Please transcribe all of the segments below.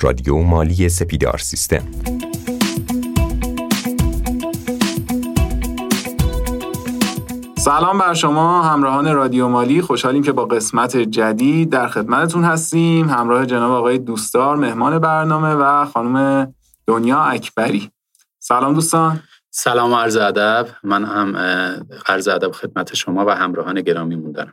رادیو مالی سپیدار سیستم. سلام بر شما همراهان رادیو مالی، خوشحالیم که با قسمت جدید در خدمتتون هستیم. همراه جناب آقای دوستدار مهمان برنامه و خانم دنیا اکبری. سلام دوستان. سلام و عرض ادب. من هم عرض ادب خدمت شما و همراهان گرامی دارم.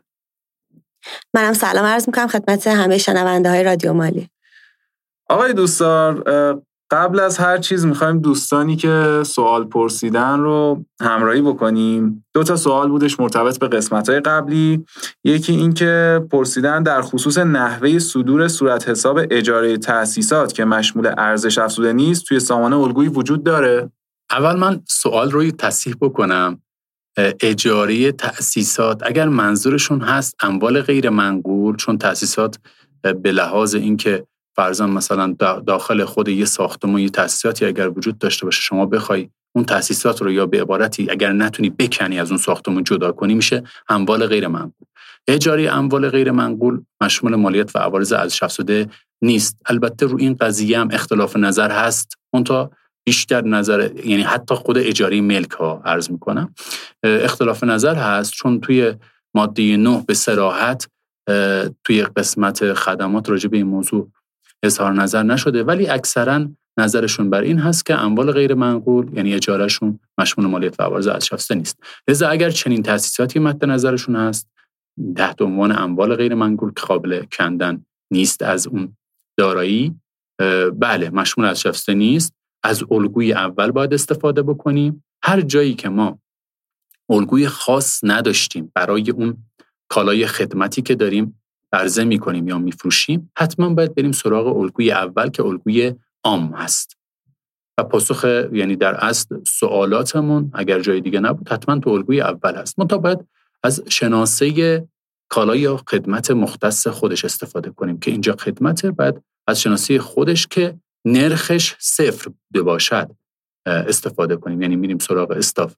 منم سلام عرض میکنم خدمت همه شنونده های رادیو مالی. آقای دوستدار، قبل از هر چیز میخوایم دوستانی که سوال پرسیدن رو همراهی بکنیم. 2 سوال بودش مرتبط به قسمت‌های قبلی. یکی این که پرسیدن در خصوص نحوه صدور صورت حساب اجاره تأسیسات که مشمول ارزش افزوده نیست توی سامانه الگویی وجود داره؟ اول من سوال رو تصحیح بکنم. اجاره تأسیسات اگر منظورشون هست اموال غیر منقول، چون تأسیسات به لحاظ اینکه فرضاً مثلا داخل خود یه ساختمان یه تأسیساتی اگر وجود داشته باشه، شما بخوای اون تأسیسات رو یا به عبارتی اگر نتونی بکنی از اون ساختمان جدا کنی، میشه اموال غیر منقول. اجاره اموال غیر منقول مشمول مالیات و عوارض ارزش افزوده نیست. البته رو این قضیه هم اختلاف نظر هست، اون تا بیشتر نظر، یعنی حتی خود اجاره ملک ها عرض میکنم اختلاف نظر هست، چون توی ماده 9 به صراحت توی قسمت خدمات راجع به این موضوع اظهار نظر نشده، ولی اکثرا نظرشون بر این هست که اموال غیر منقول یعنی اجارهشون مشمول مالیات و عوارض ارزش افزوده نیست. لذا اگر چنین تأسیساتی مد نظرشون هست تحت عنوان اموال غیر منقول که قابل کندن نیست از اون دارایی، بله مشمول ارزش افزوده نیست. از الگوی اول باید استفاده بکنیم. هر جایی که ما الگوی خاص نداشتیم برای اون کالای خدمتی که داریم عرضه می‌کنیم یا می‌فروشیم، حتما باید بریم سراغ الگوی اول که الگوی عام هست و پاسخ، یعنی در اصل سوالاتمون اگر جای دیگه نبود حتما تو الگوی اول هست. منتها باید از شناسه کالای یا خدمت مختص خودش استفاده کنیم که اینجا خدمته، باید از شناسه خودش که نرخش 0 بوده باشد استفاده کنیم. یعنی میریم سراغ استاف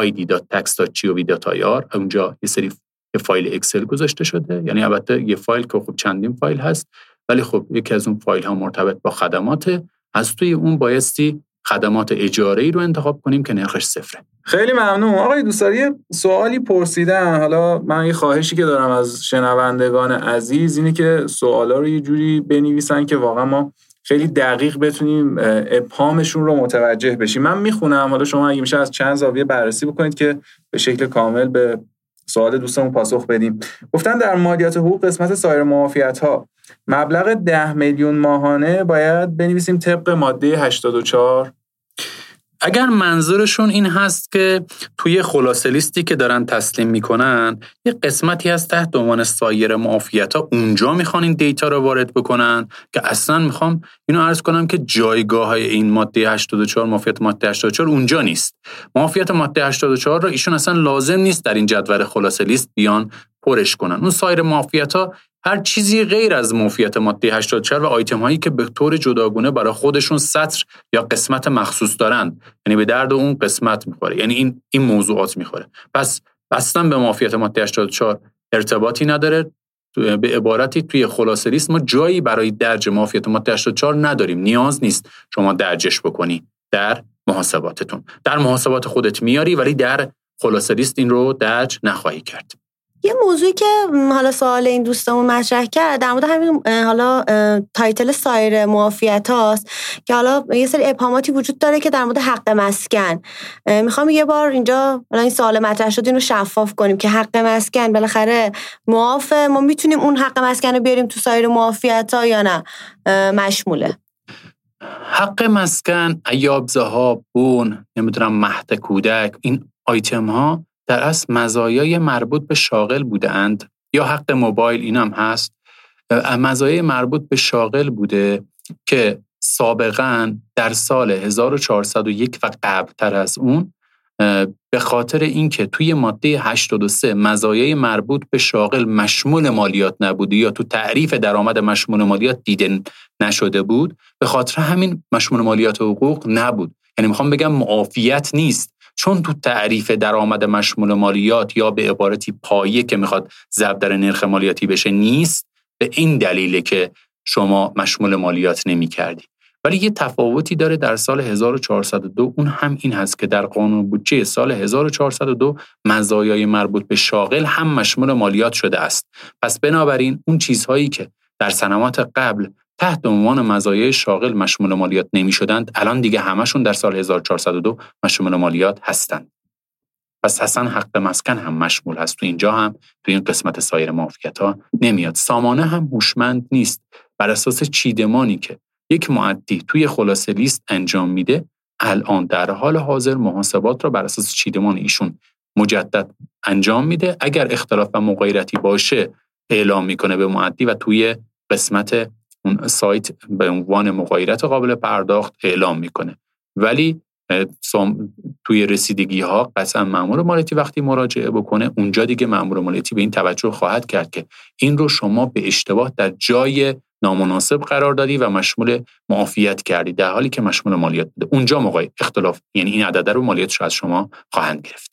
id.tax.gov.ir، اونجا یه سری فایل اکسل گذاشته شده، یعنی البته یه فایل که خب چندین فایل هست، ولی خب یکی از اون فایل ها مرتبط با خدماته. از توی اون بایستی خدمات اجاره‌ای رو انتخاب کنیم که نرخش 0. خیلی ممنون. آقای دوستان یه سوالی پرسیدن، حالا من یه خواهشی که دارم از شنوندگان عزیز اینه که سوالا رو یه جوری بنویسن که واقعا ما خیلی دقیق بتونیم ابهامشون رو متوجه بشیم. من میخونم، حالا شما اگه میشه از چند زاویه بررسی بکنید که به شکل کامل به سوال دوستمون پاسخ بدیم. گفتن در مالیات حقوق قسمت سایر معافیت‌ها مبلغ 10 میلیون ماهانه باید بنویسیم طبق ماده 84. اگر منظورشون این هست که توی خلاصه لیستی که دارن تسلیم میکنن یه قسمتی هست تحت عنوان سایر معافیت‌ها، اونجا میخوان این دیتا رو وارد بکنن، که اصلا میخوام اینو عرض کنم که جایگاه های این ماده 84 معافیت ماده 84 اونجا نیست. معافیت ماده 84 رو ایشون اصلا لازم نیست در این جدول خلاصه لیست بیان پرش کنن. اون سایر معافیت‌ها هر چیزی غیر از معافیت ماده 84 و آیتم هایی که به طور جداگانه برای خودشون سطر یا قسمت مخصوص دارند، یعنی به درد اون قسمت میخوره، یعنی این موضوعات میخوره. پس اصلا به معافیت ماده 84 ارتباطی نداره. به عبارتی توی خلاصه لیست ما جایی برای درج معافیت ماده 84 نداریم. نیاز نیست شما درجش بکنی در محاسباتتون، در محاسبات خودت میاری، ولی در خلاصه لیست این رو درج نخواهی کرد. یه موضوعی که حالا سوال این دوستمون مطرح کرد در مورد همین حالا تایتل سایر معافیت هاست که حالا یه سری ابهاماتی وجود داره که در مورد حق مسکن. میخوام یه بار اینجا حالا این سوال مطرح شد اینو شفاف کنیم که حق مسکن بالاخره معاف، ما میتونیم اون حق مسکن رو بیاریم تو سایر معافیت ها یا نه مشموله؟ حق مسکن، ایابزها، بون، نمیدونم مهد کودک، این آیتم ها در اصل مزایای مربوط به شاغل بودند، یا حق موبایل این هم هست. مزایای مربوط به شاغل بوده که سابقاً در سال 1401 و قبلتر از اون به خاطر اینکه توی ماده 83 مزایای مربوط به شاغل مشمول مالیات نبوده یا تو تعریف درآمد مشمول مالیات دیده نشده بود، به خاطر همین مشمول مالیات حقوق نبود. یعنی میخوام بگم معافیت نیست، چون تو تعریف درآمد مشمول مالیات یا به عبارتی پایه که میخواد ضرب در نرخ مالیاتی بشه نیست. به این دلیله که شما مشمول مالیات نمی‌کردی. ولی یه تفاوتی داره در سال 1402، اون هم این هست که در قانون بودجه سال 1402 مزایای مربوط به شاغل هم مشمول مالیات شده است. پس بنابراین اون چیزهایی که در سنوات قبل تحت عنوان مزایای شاغل مشمول مالیات نمی‌شدند، الان دیگه همشون در سال 1402 مشمول مالیات هستند. پس اصلا حق مسکن هم مشمول هست. تو اینجا هم تو این قسمت سایر معافیت‌ها نمیاد. سامانه هم هوشمند نیست. بر اساس چیدمانی که یک مؤدی توی خلاصه لیست انجام میده، الان در حال حاضر محاسبات را بر اساس چیدمان ایشون مجدد انجام میده. اگر اختلاف و مغایرتی باشه اعلام میکنه به مؤدی و توی قسمت اون سایت به عنوان مغایرت قابل پرداخت اعلام میکنه. ولی توی رسیدگی ها قطعا مأمور مالیاتی وقتی مراجعه بکنه، اونجا دیگه مأمور مالیاتی به این توجه خواهد کرد که این رو شما به اشتباه در جای نامناسب قرار دادی و مشمول معافیت کردی، در حالی که مشمول مالیات بوده. اونجا موقع اختلاف، یعنی این عدد رو مالیاتش از شما خواهند گرفت.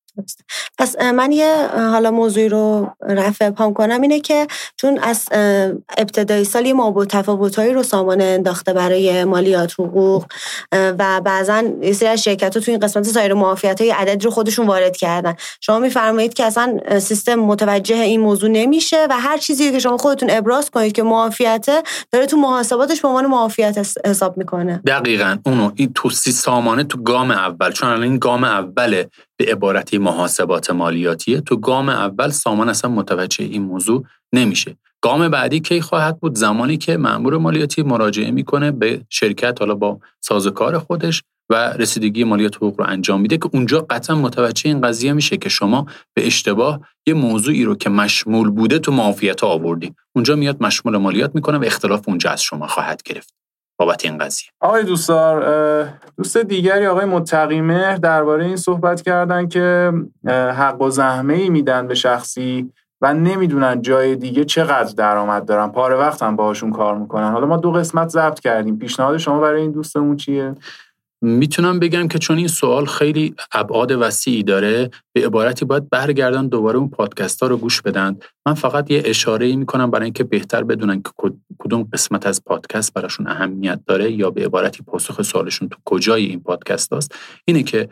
پس من یه حالا موضوعی رو رفع پام کنم، اینه که چون از ابتدای سال یه تفاوت‌هایی رو سامانه انداخته برای مالیات حقوق و بعضا یه سری از شرکت‌ها تو این قسمت سایر معافیت‌های عدد رو خودشون وارد کردن. شما می‌فرمایید که اصلا سیستم متوجه این موضوع نمیشه و هر چیزی که شما خودتون ابراز کنید که معافیته داره تو محاسباتش به عنوان معافیت حساب میکنه. دقیقاً اونو این تو سامانه تو گام اول، چون الان این گام اوله به عبارتی محاسبات مالیاتیه، تو گام اول سامان اصلا متوجه این موضوع نمیشه. گام بعدی کی خواهد بود؟ زمانی که مأمور مالیاتی مراجعه میکنه به شرکت، حالا با سازوکار خودش، و رسیدگی مالیات حقوق رو انجام میده، که اونجا قطعا متوجه این قضیه میشه که شما به اشتباه یه موضوعی رو که مشمول بوده تو معافیت آوردی. اونجا میاد مشمول مالیات میکنه و اختلاف اونجا از شما خواهد گرفت بابت این قضیه. آقای دوست دیگری آقای متقی‌مهر درباره این صحبت کردن که حق و زحمه‌ای میدن به شخصی و نمیدونن جای دیگه چقدر درآمد دارن، پاره وقت هم باهاشون کار میکنن. حالا ما 2 قسمت ضبط کردیم، پیشنهاد شما برای این دوستمون چیه؟ میتونم بگم که چون این سوال خیلی ابعاد وسیعی داره، به عبارتی باید برگردن دوباره اون پادکست ها رو گوش بدن. من فقط یه اشاره‌ای میکنم برای اینکه بهتر بدونن که کدوم قسمت از پادکست براشون اهمیت داره یا به عبارتی پاسخ سوالشون تو کجای این پادکست هست. اینه که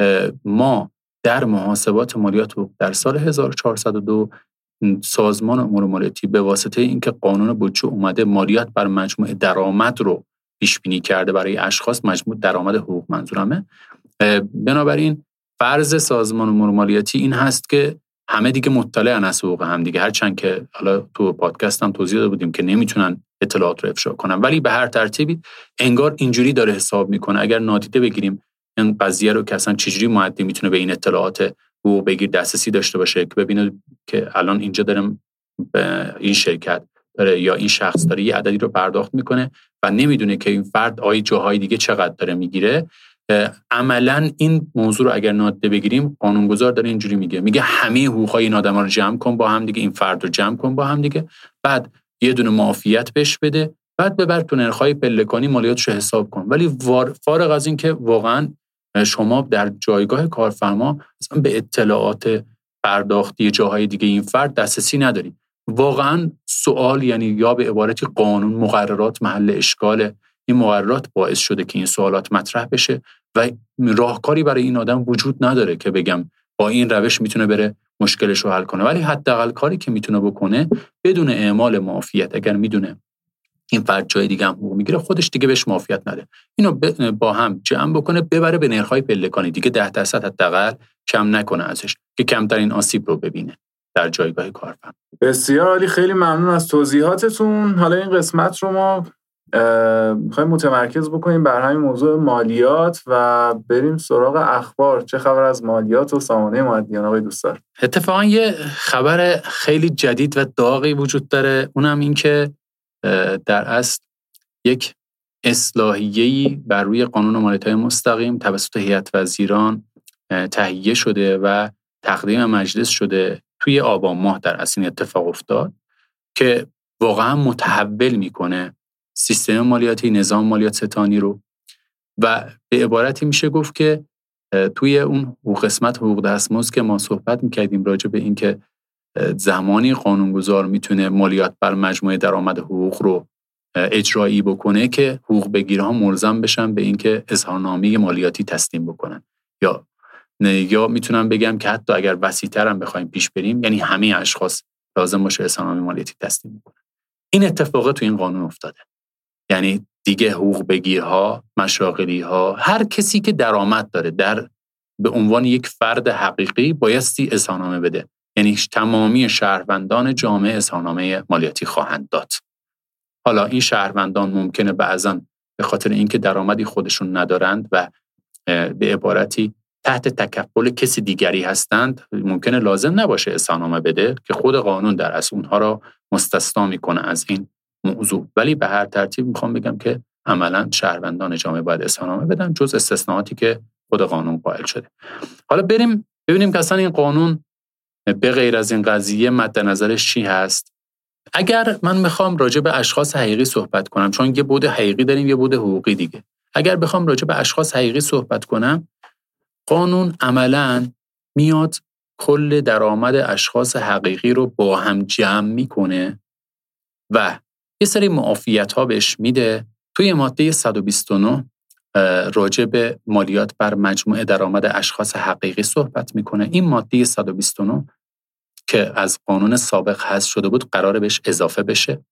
ما در محاسبات مالیات حقوق در سال 1402 سازمان امور مالیاتی به واسطه اینکه قانون بودجه اومده مالیات بر مجموع درآمد رو پیش بینی کرده برای اشخاص، مجموع درآمد حقوق منظورمه، بنابراین فرض سازمان امور مالیاتی این هست که همه دیگه مطلعن از حقوق هم دیگه، هرچند که حالا تو پادکست هم توضیح داده بودیم که نمیتونن اطلاعات رو افشا کنن، ولی به هر ترتیبی انگار اینجوری داره حساب میکنه. اگر نادیده بگیریم این قضیه رو که اصلا چجوری مؤدی میتونه به این اطلاعات حقوق بگیر دسترسی داشته باشه که ببینه که الان اینجا دارم به این شرکت داره یا این شخص داره یه عددی رو پرداخت میکنه و نمیدونه که این فرد جاهای دیگه چقدر داره میگیره. عملاً این موضوع رو اگر نادیده بگیریم، قانونگذار داره اینجوری میگه همه حقوقای این آدما رو جمع کن با هم دیگه، این فرد رو جمع کن با هم دیگه، بعد یه دونه معافیت بهش بده، بعد ببر تو نرخ‌های پلکانی مالیاتش رو حساب کن. ولی فارغ از این که واقعاً شما در جایگاه کارفرما اصلا به اطلاعات پرداختی جاهای دیگه این فرد دسترسی نداری، واقعاً سوال، یعنی یا به عبارتی قانون مقررات محل اشکاله، این مقررات باعث شده که این سوالات مطرح بشه و راهکاری برای این آدم وجود نداره که بگم با این روش میتونه بره مشکلش رو حل کنه. ولی حداقل کاری که میتونه بکنه بدون اعمال معافیت، اگر میدونه این فرد جای دیگه هم حقوق میگیره، خودش دیگه بهش معافیت نده، اینو با هم جمع بکنه ببره به نرخ‌های پلکانی دیگه 10% حداقل کم نکنه ازش که کمترین آسیب رو ببینه در جایگاه کارفرما. بسیار عالی، خیلی ممنون از توضیحاتتون. حالا این قسمت رو ما میخوایم متمرکز بکنیم بر همین موضوع مالیات و بریم سراغ اخبار. چه خبر از مالیات و سامانه مؤدیان آقای دوستدار؟ اتفاقا یه خبر خیلی جدید و داغی وجود داره، اونم این که در اصل یک اصلاحیه‌ای بر روی قانون مالیات‌های مستقیم توسط هیئت وزیران تهیه شده و تقدیم مجلس شده توی آبان ماه. در اصل این اتفاق افتاد که واقعا متحول میکنه سیستم مالیاتی، نظام مالیات ستانی رو، و به عبارتی میشه گفت که توی اون قسمت حقوق دستمزد که ما صحبت میکردیم راجع به این که زمانی قانونگذار میتونه مالیات بر مجموعه درآمد حقوق رو اجرایی بکنه که حقوق بگیرها ملزم بشن به اینکه اظهارنامه مالیاتی تسلیم بکنن. یا میتونم بگم که حتی اگر وسیع‌تر هم بخوایم پیش بریم، یعنی همه اشخاص لازم باشه اظهارنامه مالیاتی تسلیم بکنن. این اتفاق تو این قانون افتاده. یعنی دیگه حقوق بگیرها، مشاغلی‌ها، هر کسی که درآمد داره به عنوان یک فرد حقیقی بایستی اظهارنامه بده. یعنی تمامی شهروندان جامعه اظهارنامه مالیاتی خواهند داد. حالا این شهروندان ممکنه بعضاً به خاطر اینکه درآمدی خودشون ندارند و به عبارتی تحت تکفل کسی دیگری هستند، ممکنه لازم نباشه اظهارنامه بده که خود قانون در اصل اونها را مستثنا میکنه از این موضوع. ولی به هر ترتیب میخوام بگم که عملاً شهروندان جامعه باید اظهارنامه بدن، جز استثناءاتی که خود قانون قائل شده. حالا بریم ببینیم که اصلا این قانون به غیر از این قضیه مد نظرش چی هست. اگر من بخوام راجع به اشخاص حقیقی صحبت کنم، چون یه بود حقیقی داریم یه بود حقوقی دیگه، اگر بخوام راجع به اشخاص حقیقی صحبت کنم، قانون عملاً میاد کل درآمد اشخاص حقیقی رو با هم جمع میکنه و یه سری معافیت‌ها بهش میده. توی ماده 129 راجع به مالیات بر مجموع درآمد اشخاص حقیقی صحبت میکنه. این ماده 129 که از قانون سابق حذف شده بود قراره بهش اضافه بشه.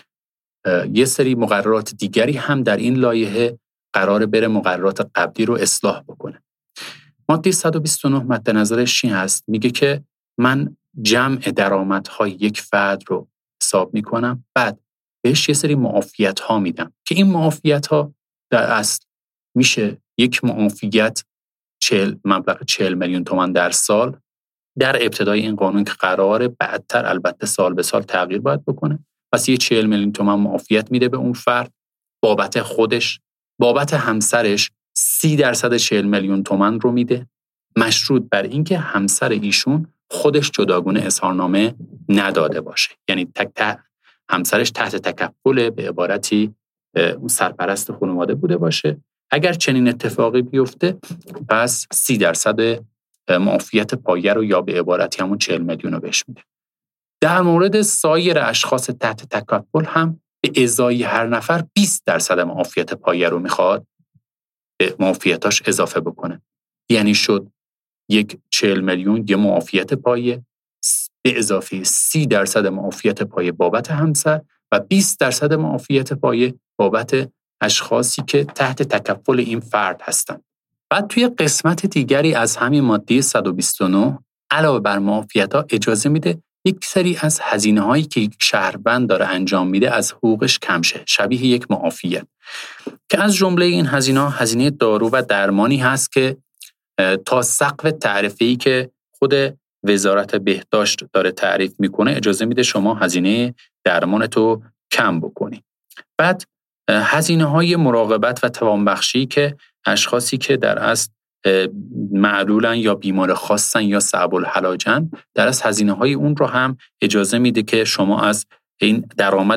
یه سری مقررات دیگری هم در این لایحه قراره بره مقررات قبلی رو اصلاح بکنه. ماده 129 مد نظرش چی هست؟ میگه که من جمع درآمدهای یک فرد رو حساب میکنم، بعد بهش یه سری معافیت‌ها میدم که این معافیت‌ها در اصل میشه یک معافیت مبلغ 40 میلیون تومان در سال در ابتدای این قانون که قراره بعدتر البته سال به سال تغییر باید بکنه. پس یه 40 میلیون تومان معافیت میده به اون فرد بابت خودش، بابت همسرش 30% 40 میلیون تومان رو میده، مشروط بر اینکه همسر ایشون خودش جداگونه اظهارنامه نداده باشه. یعنی همسرش تحت تکفل به عبارتی اون سرپرست خانواده بوده باشه. اگر چنین اتفاقی بیفته پس 30% معافیت پایه رو یا به عبارتی همون 40 میلیون رو بهش میده. در مورد سایر اشخاص تحت تکفل هم به ازای هر نفر 20% معافیت پایه رو میخواد به معافیتاش اضافه بکنه. یعنی شد یک 40 میلیون یه معافیت پایه به اضافه 30% معافیت پایه بابت همسر و 20% معافیت پایه بابت اشخاصی که تحت تکفل این فرد هستند. بعد توی قسمت دیگری از همین ماده 129 علاوه بر معافیت‌ها اجازه میده یک سری از هزینه‌هایی که یک شهروند داره انجام میده از حقوقش کم شه، شبیه یک معافیت، که از جمله این هزینه دارو و درمانی هست که تا سقف تعرفه‌ای که خود وزارت بهداشت داره تعریف میکنه اجازه میده شما هزینه درمانتو کم بکنی. بعد هزینه‌های مراقبت و توانبخشی که اشخاصی که در اصل معلولن یا بیمار خاصن یا صعب الحلاجن، در اصل هزینه‌های اون رو هم اجازه میده که شما از این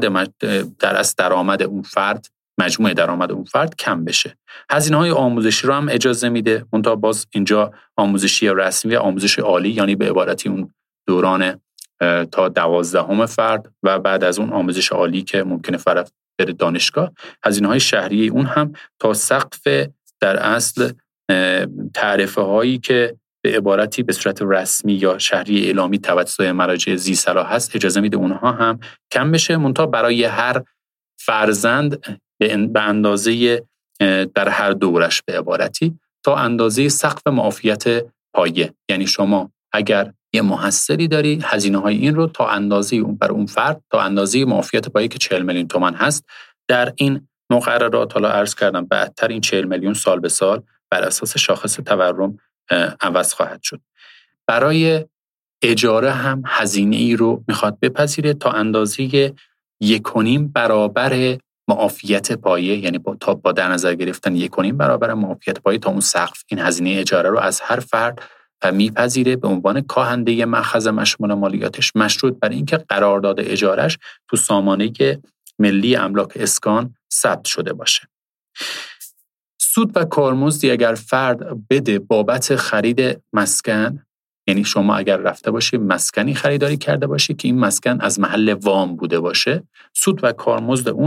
درآمد اون فرد، مجموع درآمد اون فرد کم بشه. هزینه‌های آموزشی رو هم اجازه میده، منتها باز اینجا آموزشی رسمی و آموزش عالی، یعنی به عبارتی اون دوران تا 12 فرد و بعد از اون آموزش عالی که ممکنه فرد بره دانشگاه. هزینه‌های شهریه اون هم تا سقف در اصل تعرفه هایی که به عبارتی به صورت رسمی یا شهری اعلامی توسط مراجع ذی صلاح هست اجازه میده اونها هم کم بشه، منتها برای هر فرزند به اندازه در هر دورش به عبارتی تا اندازه سقف معافیت پایه. یعنی شما اگر یه محصلی داری هزینه های این رو تا اندازه اون بر اون فرد تا اندازه معافیت پایه که 40 میلیون تومان هست در این مقررات، حالا عرض کردم بعدتر این 40 میلیون سال به سال بر اساس شاخص تورم عوض خواهد شد. برای اجاره هم هزینه ای رو میخواد بپذیره تا اندازه 1.5 برابر معافیت پایه، یعنی با در نظر گرفتن 1.5 برابر معافیت پایه تا اون سقف این هزینه اجاره رو از هر فرد میپذیره به عنوان کاهنده مأخذ مشمول مالیاتش، مشروط بر اینکه قرارداد اجارش تو سامانه ملی املاک اسکان ثبت شده باشه. سود و کارمزدی اگر فرد بده بابت خرید مسکن، یعنی شما اگر رفته باشی مسکنی خریداری کرده باشی که این مسکن از محل وام بوده باشه، سود و کارمزد اون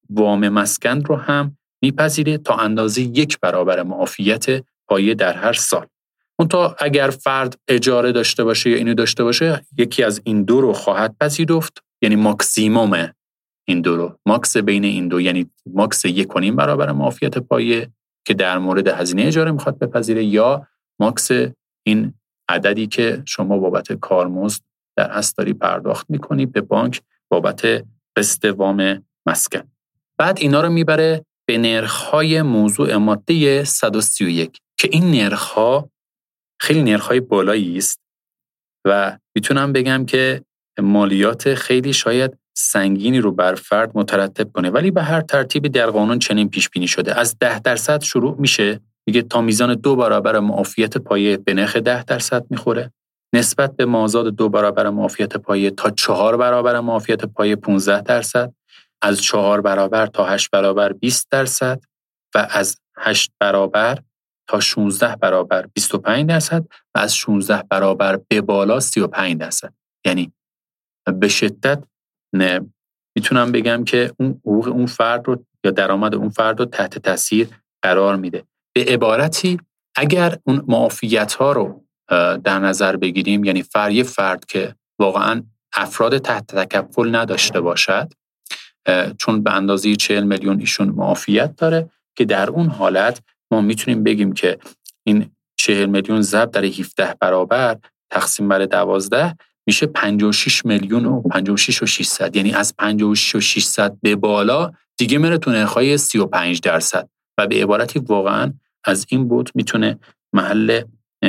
وام مسکن رو هم میپذیره تا اندازه 1 برابر معافیت پایه در هر سال. منتها اگر فرد اجاره داشته باشه یا اینو داشته باشه، یکی از این دو رو خواهد پذیرفت، یعنی ماکسیموم این دو رو، ماکس بین این دو، یعنی ماکس 1.5 برابر معافیت پایه که در مورد هزینه اجاره میخواد بپذیره، یا ماکس این عددی که شما بابت کارمزد در اصل داری پرداخت میکنی به بانک بابت قسط وام مسکن. بعد اینا رو میبره به نرخ‌های موضوع ماده 131 که این نرخ‌ها خیلی نرخ‌های بالایی است و میتونم بگم که مالیات خیلی شاید سنگینی رو بر فرد مترتب کنه، ولی به هر ترتیبی در قانون چنین پیش بینی شده. از 10% شروع میشه، میگه تا میزان 2 برابر معافیت پایه به نرخ 10% میخوره، نسبت به مازاد 2 برابر معافیت پایه تا 4 برابر معافیت پایه 15%، از 4 برابر تا 8 برابر 20% و از 8 برابر تا 16 برابر 25% و از 16 برابر به بالا 35%. یعنی به شدت میتونم بگم که اون حقوق اون فرد رو یا درآمد اون فرد رو تحت تاثیر قرار میده. به عبارتی اگر اون معافیت‌ها رو در نظر بگیریم، یعنی یه فرد که واقعاً افراد تحت تکفل نداشته باشد، چون به اندازه 40 میلیون ایشون معافیت داره، که در اون حالت ما میتونیم بگیم که این 40 میلیون ضرب در 17 برابر تقسیم بر 12 میشه 56 میلیون و 56 و 600. یعنی از 56 و 600 به بالا دیگه میره تو نرخ‌های 35% و به عبارتی واقعاً از این بود میتونه محل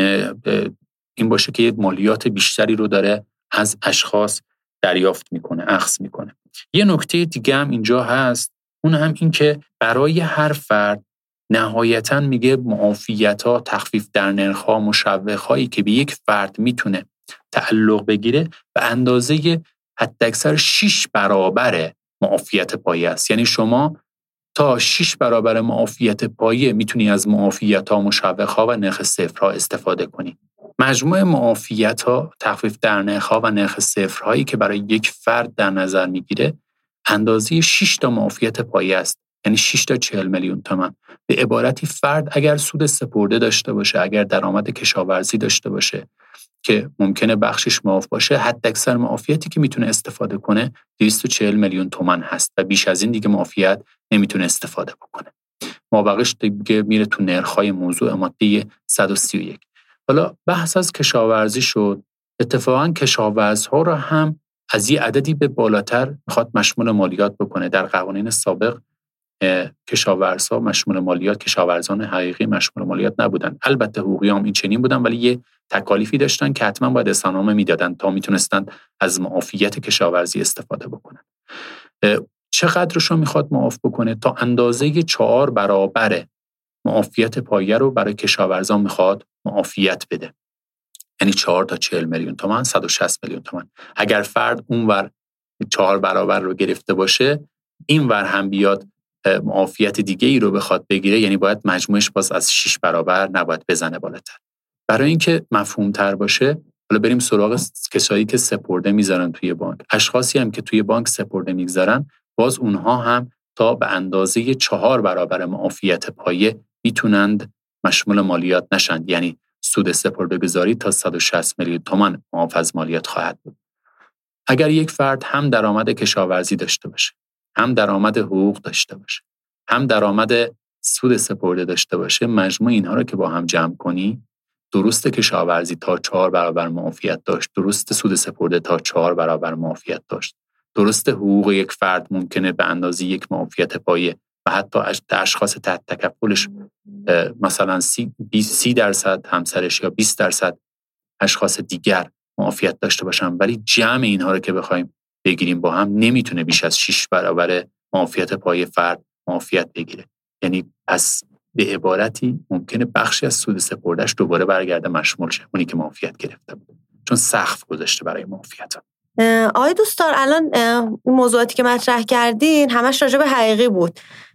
این باشه که مالیات بیشتری رو داره از اشخاص دریافت میکنه، اخذ میکنه. یه نکته دیگه هم اینجا هست، اون هم این که برای هر فرد نهایتاً میگه معافیت‌ها، تخفیف در نرخ‌ها، مشوق‌هایی که به یک فرد میتونه تعلق بگیره به اندازه حداکثر 6 برابر معافیت پایه است. یعنی شما تا 6 برابر معافیت پایه میتونی از معافیت‌ها، مشوق‌ها و نرخ صفرها استفاده کنی. مجموع معافیت‌ها، تخفیف در نرخ‌ها و نرخ صفرهایی که برای یک فرد در نظر میگیره اندازه 6 تا معافیت پایه است، یعنی 6 تا 40 میلیون تومان. به عبارتی فرد اگر سود سپرده داشته باشه، اگر درآمد کشاورزی داشته باشه که ممکنه بخشش معاف باشه، حداکثر معافیتی که میتونه استفاده کنه 240 میلیون تومان هست و بیش از این دیگه معافیت نمیتونه استفاده بکنه. مابقیش دیگه میره تو نرخ‌های موضوع ماده 131. حالا بحث از کشاورزی شد. اتفاقاً کشاورزها رو هم از یه عددی به بالاتر میخواد مشمول مالیات بکنه. در قوانین سابق کشاورزها مشمول مالیات، کشاورزان حقیقی مشمول مالیات نبودن. البته حقوقی هم این چنین بودن، ولی یه تکالیفی داشتن که حتما باید اظهارنامه میدادن تا میتونستن از معافیت کشاورزی استفاده بکنن. چقدرشو میخواد معاف بکنه؟ تا اندازه 4 برابر معافیت پایه رو برای کشاورزان میخواد معافیت بده. یعنی 4 تا 40 میلیون تومان، 160 میلیون تومان. اگر فرد اونور 4 برابر رو گرفته باشه، اینور هم بیاد معافیت دیگه ای رو بخواد بگیره، یعنی باید مجموعش باز از 6 برابر نباید بزنه بالاتر. برای اینکه مفهوم تر باشه، حالا بریم سراغ کسایی که سپرده میذارن توی بانک. اشخاصی هم که توی بانک سپرده میگذارن، باز اونها هم تا به اندازه 4 برابر معافیت پایه میتونند مشمول مالیات نشند. یعنی سود سپرده‌گذاری تا 160 میلیون تومان معاف از مالیات خواهد بود. اگر یک فرد هم درآمد کشاورزی داشته باشه، هم درآمد حقوق داشته باشه، هم درآمد سود سپرده داشته باشه، مجموع اینها رو که با هم جمع کنی، درست کشاورزی تا 4 برابر معافیت داشت، درست سود سپرده تا 4 برابر معافیت داشت، درست حقوق یک فرد ممکنه به اندازه 1 معافیت پایه و حتی اشخاص تحت تکفلش مثلا 30% همسرش یا 20% اشخاص دیگر معافیت داشته باشن، ولی جمع اینها رو که بخوایم بگیریم با هم نمیتونه بیش از 6 برابر معافیت پایه فرد معافیت بگیره. یعنی پس به عبارتی ممکنه بخشی از سود سپردهش دوباره برگرده مشمول شه، اونی که معافیت گرفته بود، چون سقف گذاشته برای معافیت. آقای دوستدار، الان موضوعاتی که مطرح کردین همش راجع به حقیقی بود.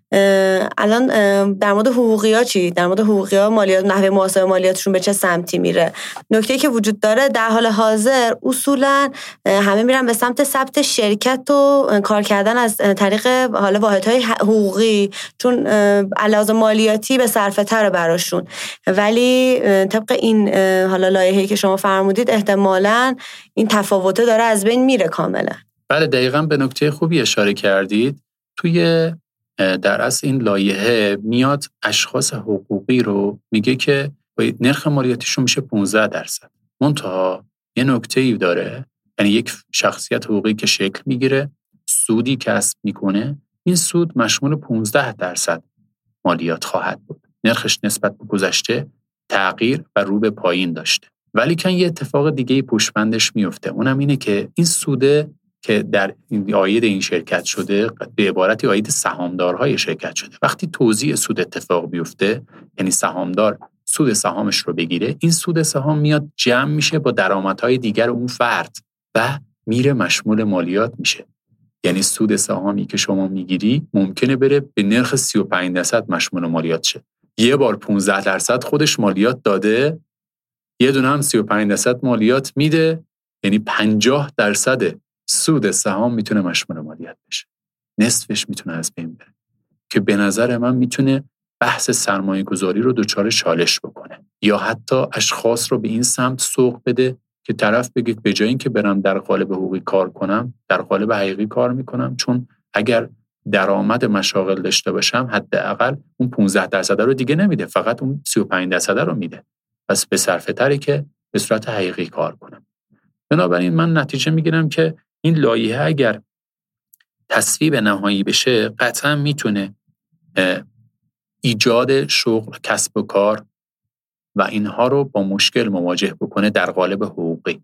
الان در مورد حقوقی‌ها چی؟ در مورد حقوقی‌ها مالیات، نحوه محاسبه مالیاتشون به چه سمتی میره؟ نکته‌ای که وجود داره در حال حاضر اصولاً همه میرن به سمت ثبت شرکت و کار کردن از طریق حالا واحدهای حقوقی، چون علاوه مالیاتی به صرفه تر براشون. ولی طبق این حالا لایحه‌ای که شما فرمودید احتمالاً این تفاوته داره از بین میره کاملا. بله دقیقاً به نکته خوبی اشاره کردید. توی در اصل این لایحه میاد اشخاص حقوقی رو میگه که نرخ مالیاتیشون میشه 15%. منتها یه نکته‌ای داره، یعنی یک شخصیت حقوقی که شکل میگیره، سودی کسب میکنه، این سود مشمول 15% مالیات خواهد بود. نرخش نسبت به گذشته تغییر و رو به پایین داشته. ولی کن یه اتفاق دیگه پشتبندش میفته، اونم اینه که این سوده که در عاید این شرکت شده به عبارتی عاید سهامدارهای شرکت شده. وقتی توزیع سود اتفاق بیفته، یعنی سهامدار سود سهامش رو بگیره، این سود سهام میاد جمع میشه با درآمدهای دیگر اون فرد و میره مشمول مالیات میشه. یعنی سود سهامی که شما میگیری ممکنه بره به نرخ 35% مشمول مالیات شه. یه بار 15% خودش مالیات داده، یه دونه هم 35% مالیات میده، یعنی 50% سود سهام میتونه مشمول مالیات بشه. نصفش میتونه از بین بره، که به نظر من میتونه بحث سرمایه گذاری رو دچار چالش بکنه، یا حتی اشخاص رو به این سمت سوق بده که طرف بگید به جای اینکه برم در قالب حقوقی کار کنم، در قالب حقیقی کار میکنم، چون اگر درآمد مشاغل داشته باشم حداقل اون 15% رو دیگه نمیده، فقط اون 35% رو میده. پس به صرفه تری که به صورت حقیقی کار کنم. بنابراین من نتیجه میگیرم که این لایحه اگر تصویب نهایی بشه قطعا میتونه ایجاد شغل، کسب و کار و اینها رو با مشکل مواجه بکنه در قالب حقوقی،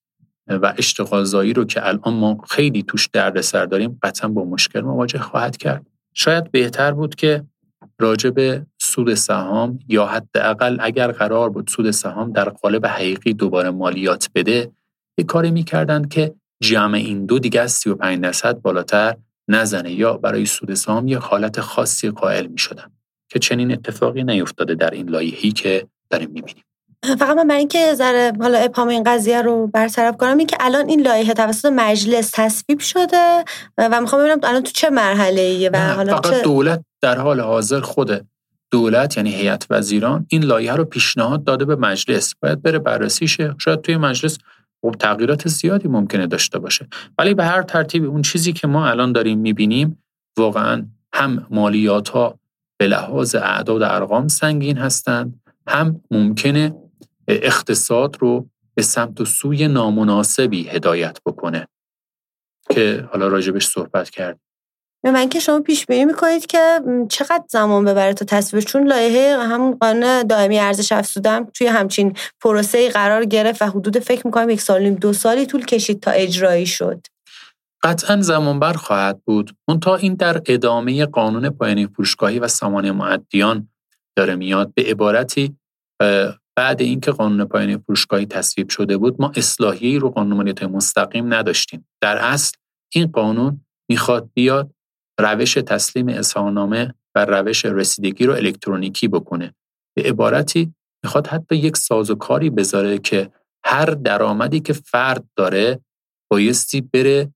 و اشتغالزایی رو که الان ما خیلی توش دردسر داریم قطعا با مشکل مواجه خواهد کرد. شاید بهتر بود که راجع به سود سهام، یا حداقل اگر قرار بود سود سهام در قالب حقیقی دوباره مالیات بده، یک کاری میکردن که جمع این دو دیگه از 35% بالاتر نزنه، یا برای سود سهام یک حالت خاصی قائل میشدن که چنین اتفاقی نیفتاده در این لایحه‌ای که داریم میبینیم. فقط من برای اینکه ذره حالا ابهام این قضیه رو برطرف کنم، این که الان این لایحه توسط مجلس تصویب شده و میخوام ببینم الان تو چه مرحله‌ایه و حالا فقط دولت در حال حاضر، خود دولت یعنی هیئت وزیران این لایحه رو پیشنهاد داده به مجلس، باید بره بررسی شه. شاید توی مجلس تغییرات زیادی ممکنه داشته باشه، ولی به هر ترتیب اون چیزی که ما الان داریم میبینیم واقعا هم مالیات‌ها به لحاظ اعداد و ارقام سنگین هستند، هم ممکنه اقتصاد رو به سمت و سوی نامناسبی هدایت بکنه که حالا راجبش صحبت کرد. من که شما پیش بینی میکنید که چقدر زمان ببره تا تصویب، چون لایحه همون قانون دائمی ارزش افزوده هم توی همچین پروسه‌ای قرار گرفت و حدود فکر میکنم 1.5-2 سالی طول کشید تا اجرایی شد. قطعاً زمان بر خواهد بود. منتها این در ادامه قانون پایانه فروشگاهی و سامانه معدیان داره میاد. به عبارتی بعد اینکه قانون پایانه فروشگاهی تصویب شده بود، ما اصلاحیه‌ای رو قانون مالیات مستقیم نداشتیم. در اصل این قانون میخواد بیاد روش تسلیم اظهارنامه و روش رسیدگی رو الکترونیکی بکنه. به عبارتی میخواد حتی یک سازوکاری بذاره که هر درآمدی که فرد داره بایستی بره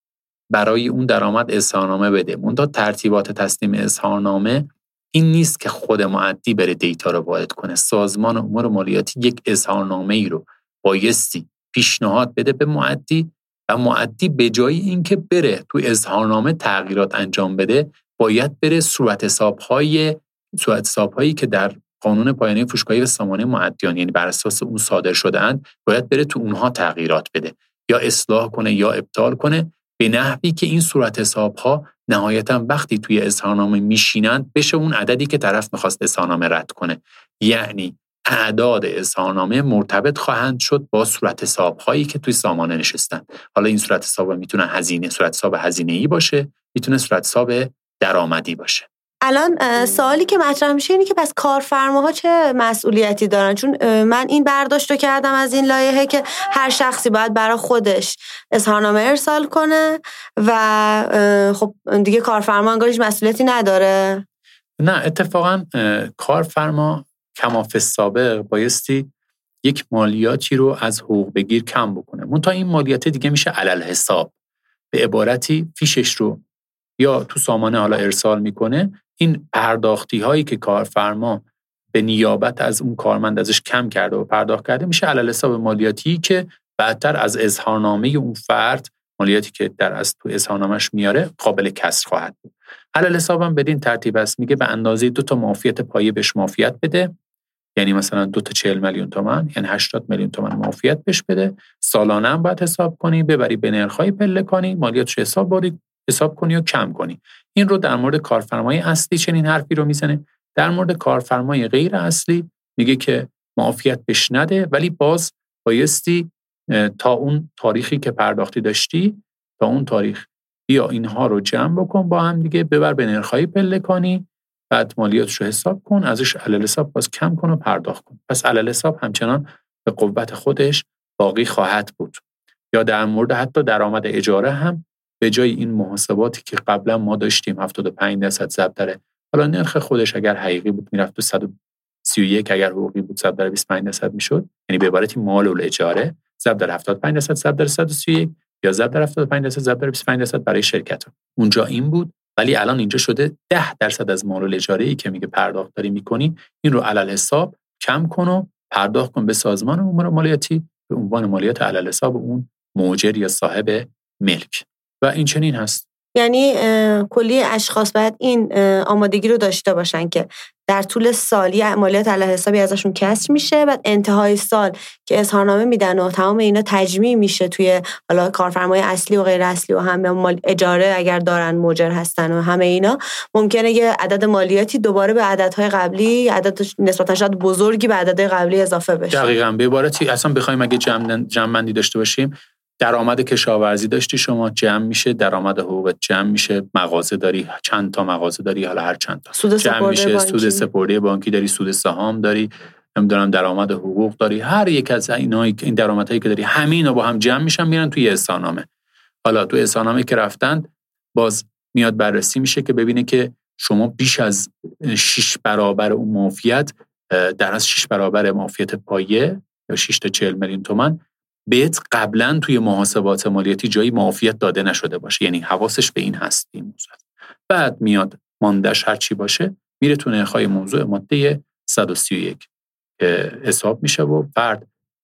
برای اون درآمد اظهارنامه بده. منتها ترتیبات تسلیم اظهارنامه این نیست که خود معدی بره دیتا رو وارد کنه. سازمان امور مالیاتی یک اظهارنامه‌ای رو بایستی پیشنهاد بده به معدی و معدی به جای اینکه بره تو اظهارنامه تغییرات انجام بده، باید بره صورت حساب‌هایی که در قانون پایانه فروشگاهی و سامانه معدیان یعنی بر اساس اون صادر شده‌اند، باید بره تو اونها تغییرات بده، یا اصلاح کنه یا ابطال کنه، به نحوی که این صورت حساب‌ها نهایتاً وقتی توی اظهارنامه میشینند بشه اون عددی که طرف می‌خواست اظهارنامه رد کنه. یعنی اعداد اظهارنامه مرتبط خواهند شد با صورت حساب‌هایی که توی سامانه نشستن. حالا این صورت حساب میتونه صورت حساب هزینه‌ای باشه، میتونه صورت حساب درآمدی باشه. الان سوالی که مطرح میشه اینه که پس کارفرماها چه مسئولیتی دارن؟ چون من این برداشت رو کردم از این لایحه که هر شخصی باید برای خودش اظهارنامه ارسال کنه و خب دیگه کارفرما انگار هیچ مسئولیتی نداره. نه اتفاقا کارفرما کما فی السابق بایستی یک مالیاتی رو از حقوق بگیر کم بکنه. منتها این مالیات دیگه میشه علل حساب. به عبارتی فیشش رو یا تو سامانه حالا ارسال میکنه، این پرداختی هایی که کارفرما به نیابت از اون کارمند ازش کم کرده و پرداخت کرده میشه علل حساب مالیاتی که بعدتر از اظهارنامه اون فرد، مالیاتی که در از تو اظهارنامه‌اش میاره، قابل کسر خواهد بود. علل حسابم بدین ترتیب است، میگه به اندازه 2 تا معافیت پایه بهش معافیت بده، یعنی مثلا 2 تا 40 میلیون تومان، یعنی 80 میلیون تومان معافیت بهش بده. سالانه هم باید حساب کنی، ببری به نرخ‌های پله کنی، مالیاتش حساب کنی و کم کنی. این رو در مورد کارفرمای اصلی چنین حرفی رو میزنه. در مورد کارفرمای غیر اصلی میگه که معافیت بهش نده، ولی باز بایستی تا اون تاریخی که پرداختی داشتی تا اون تاریخ بیا اینها رو جمع بکن با هم دیگه، ببر به نرخ‌های پله کنی، بعد مالیاتش رو حساب کن، ازش علل حساب باز کم کن و پرداخت کن. پس علل حساب همچنان به قوت خودش باقی خواهد بود. یا در مورد حتی درآمد اجاره هم به جای این محاسباتی که قبلا ما داشتیم 75% ضرب در حالا نرخ خودش اگر حقیقی بود میرفت تو 131، اگر حقوقی بود ضرب در 25% میشد، یعنی به عبارتی مال الاجاره ضرب در 75% ضرب در 131 یا ضرب در 75% ضرب در 25% برای شرکت‌ها. اونجا این بود، ولی الان اینجا شده 10% از مال الاجاره‌ای که میگه پرداخت داری میکنی، این رو علل حساب کم کن و پرداخت کن به سازمان امور مالیاتی به عنوان مالیات علل حساب اون مؤجر یا صاحب ملک. و این چنین هست. یعنی کلی اشخاص باید این آمادگی رو داشته باشن که در طول سالی مالیات علل حسابی ازشون کسر میشه، بعد انتهای سال که اظهارنامه میدن و تمام اینا تجمیع میشه توی حالا کارفرمای اصلی و غیر اصلی و همه مال اجاره اگر دارن مؤجر هستن و همه اینا، ممکنه یه عدد مالیاتی دوباره به عددهای قبلی، عدد نسبتا شاید بزرگی به عددهای قبلی اضافه بشه. دقیقاً. به عبارتی اصلا بخوایم اگه جمع داشته باشیم، درآمد کشاورزی داشتی شما جمع میشه، درآمد حقوقت جمع میشه، مغازه داری، چند تا مغازه داری، حالا هر چند تا جمع میشه، سود سپرده بانکی داری، سود سهام داری، نمیدونم درآمد حقوق داری، هر یک از این درآمدهایی که داری همه اینا با هم جمع میشن میرن توی اظهارنامه. حالا تو اظهارنامه که رفتن باز میاد بررسی میشه که ببینه که شما بیش از 6 برابر اون معافیت، در از 6 برابر معافیت پایه یا 6 تا 40 میلیون تومان بهت قبلا توی محاسبات مالیاتی جایی معافیت داده نشده باشه، یعنی حواسش به این هست این موضوع. بعد میاد ماندش هر چی باشه میره تو نرخ‌های موضوع ماده 131 که حساب میشه و فرد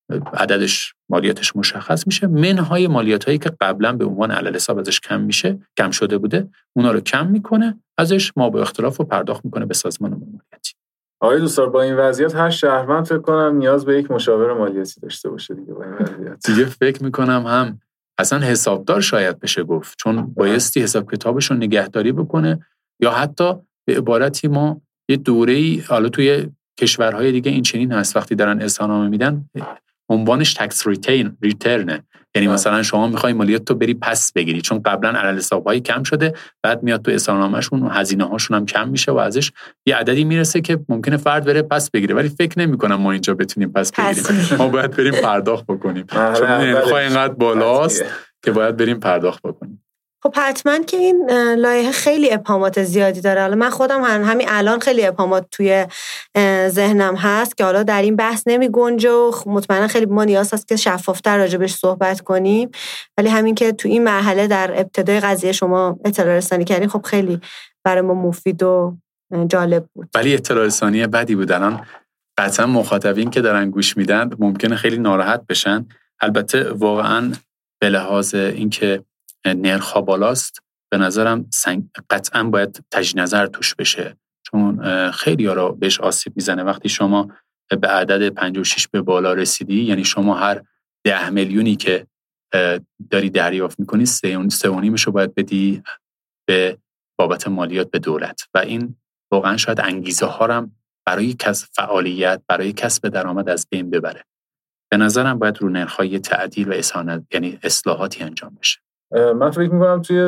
عددش مالیاتش مشخص میشه، منهای مالیاتایی که قبلا به عنوان علل حساب ازش کم شده بوده اونا رو کم میکنه، ازش ما با اختلاف رو پرداخت میکنه به سازمان مالیاتی. آقای دوستان با این وضعیت هر شهروند فکر کنم نیاز به یک مشاور مالیاتی داشته باشه دیگه. با این وضعیت دیگه فکر میکنم هم اصلا حسابدار شاید بشه گفت، چون بایستی حساب کتابش رو نگهداری بکنه، یا حتی به عبارتی ما یه دوره‌ای حالا توی کشورهای دیگه این چنین هست وقتی دارن اظهارنامه میدن عنوانش تکس ریترنه، یعنی مثلا شما میخوای مالیات تو بری پس بگیری چون قبلا علل حساب‌های کم شده، بعد میاد تو اظهارنامه‌شون و هزینه‌هاشون هم کم میشه و ازش یه عددی میرسه که ممکنه فرد بره پس بگیره، ولی فکر نمی‌کنم ما اینجا بتونیم پس بگیریم. ما باید بریم پرداخت بکنیم چون نرخ‌ها اینقدر بالاست که باید بریم پرداخت بکنیم. خب حتما که این لایحه خیلی ابهامات زیادی داره. حالا من خودم همین الان خیلی ابهامات توی ذهنم هست که حالا در این بحث نمی گنجه و مطمئنا خیلی ما نیاز هست که شفافتر راجبش صحبت کنیم، ولی همین که تو این مرحله در ابتدای قضیه شما اطلاع رسانی کردین خب خیلی برای ما مفید و جالب بود. ولی اطلاع رسانی بدی بود. الان قطعا مخاطبین که دارن گوش میدن ممکنه خیلی ناراحت بشن. البته واقعا به لحاظ اینکه نرخ‌ها بالاست به نظرم قطعاً باید تجدید نظر توش بشه، چون خیلی ها رو بهش آسیب میزنه. وقتی شما به عدد 56 به بالا رسیدی، یعنی شما هر 10 میلیونی که داری دریافت میکنی 3.5 رو باید بدی به بابت مالیات به دولت، و این واقعاً شاید انگیزه ها رو برای کسب فعالیت، برای کسب درآمد از بین ببره. به نظرم باید رو نرخ‌های تعدیل و یعنی اصلاحاتی انجام بشه. من فکر می‌کنم توی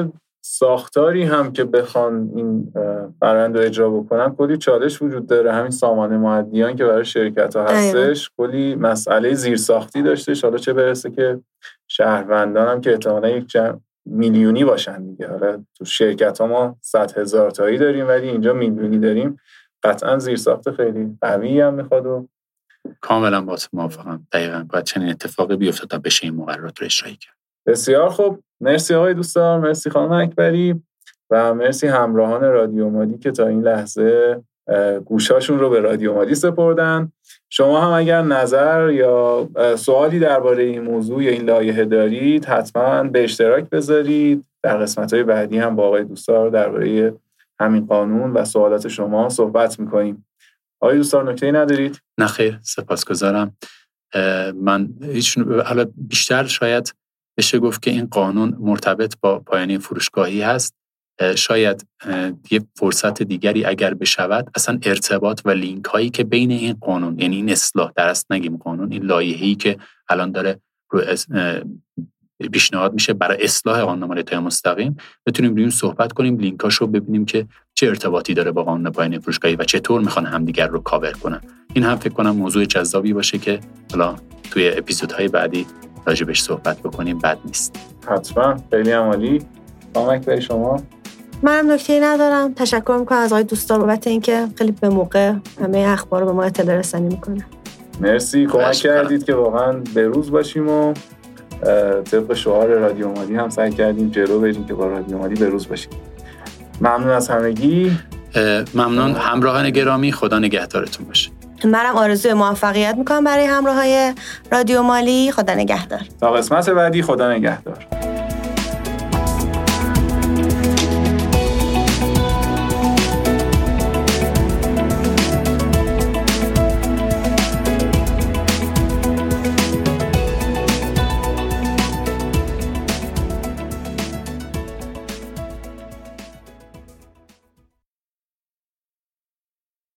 ساختاری هم که بخوان این فرآیند رو اجرا بکنن کلی چالش وجود داره. همین سامانه مؤدیان که برای شرکت‌ها هستش کلی مسئله زیرساختی داشتش، حالا چه برسه که شهروندان هم که احتمالاً یک میلیونی باشن دیگه. حالا تو شرکت‌ها ما 100,000 تایی داریم ولی اینجا میلیونی داریم، قطعاً زیرساخت خیلی قوی هم میخواد و کاملا با تو موافقم. دقیقاً باید چنین اتفاقی بیفته تا بشه این مقررات رو اجرا کرد. بسیار خوب، مرسی آقای دوستدار، مرسی خانم اکبری و مرسی همراهان رادیو مادی که تا این لحظه گوشاشون رو به رادیو مادی سپردن. شما هم اگر نظر یا سوالی درباره این موضوع یا این لایحه دارید حتما به اشتراک بذارید. در قسمت‌های بعدی هم با آقای دوستدار درباره همین قانون و سوالات شما صحبت می‌کنیم. آقای دوستدار نکته‌ای ندارید؟ نه خیر، سپاسگزارم. من حالا بیشتر شاید بشه گفت که این قانون مرتبط با پایانه فروشگاهی هست. شاید یه فرصت دیگری اگر بشود اصلا ارتباط و لینک هایی که بین این قانون، یعنی این اصلاح در اصل نگیم قانون، این لایحه‌ای که الان داره رو پیشنهاد میشه برای اصلاح قانون مالیات مستقیم، بتونیم روی اون صحبت کنیم، لینکاشو ببینیم که چه ارتباطی داره با قانون پایانه فروشگاهی و چطور میخوان همدیگر رو کاور کنن. این هم فکر کنم موضوع جذابی باشه که حالا توی اپیزودهای بعدی راجبش صحبت بکنیم، بد نیست. حتما، خیلی عالی. خانم اکبری شما؟ منم نکته‌ای ندارم. تشکر میکنم از آقای دوستدار بابت اینکه خیلی به موقع همه اخبار رو به ما اطلاع رسانی میکنه. مرسی، کمک کردید که واقعا به روز باشیم و طبق شعار رادیو مادی هم سعی کردیم جلو بریم که با رادیو مادی به روز باشیم. ممنون از همگی. ممنون همراهان گرامی، خدا نگهدارتون باشه. منم آرزوی موفقیت میکنم برای همراهای رادیو مالی. خدا نگهدار. تا قسمت بعدی، خدا نگهدار.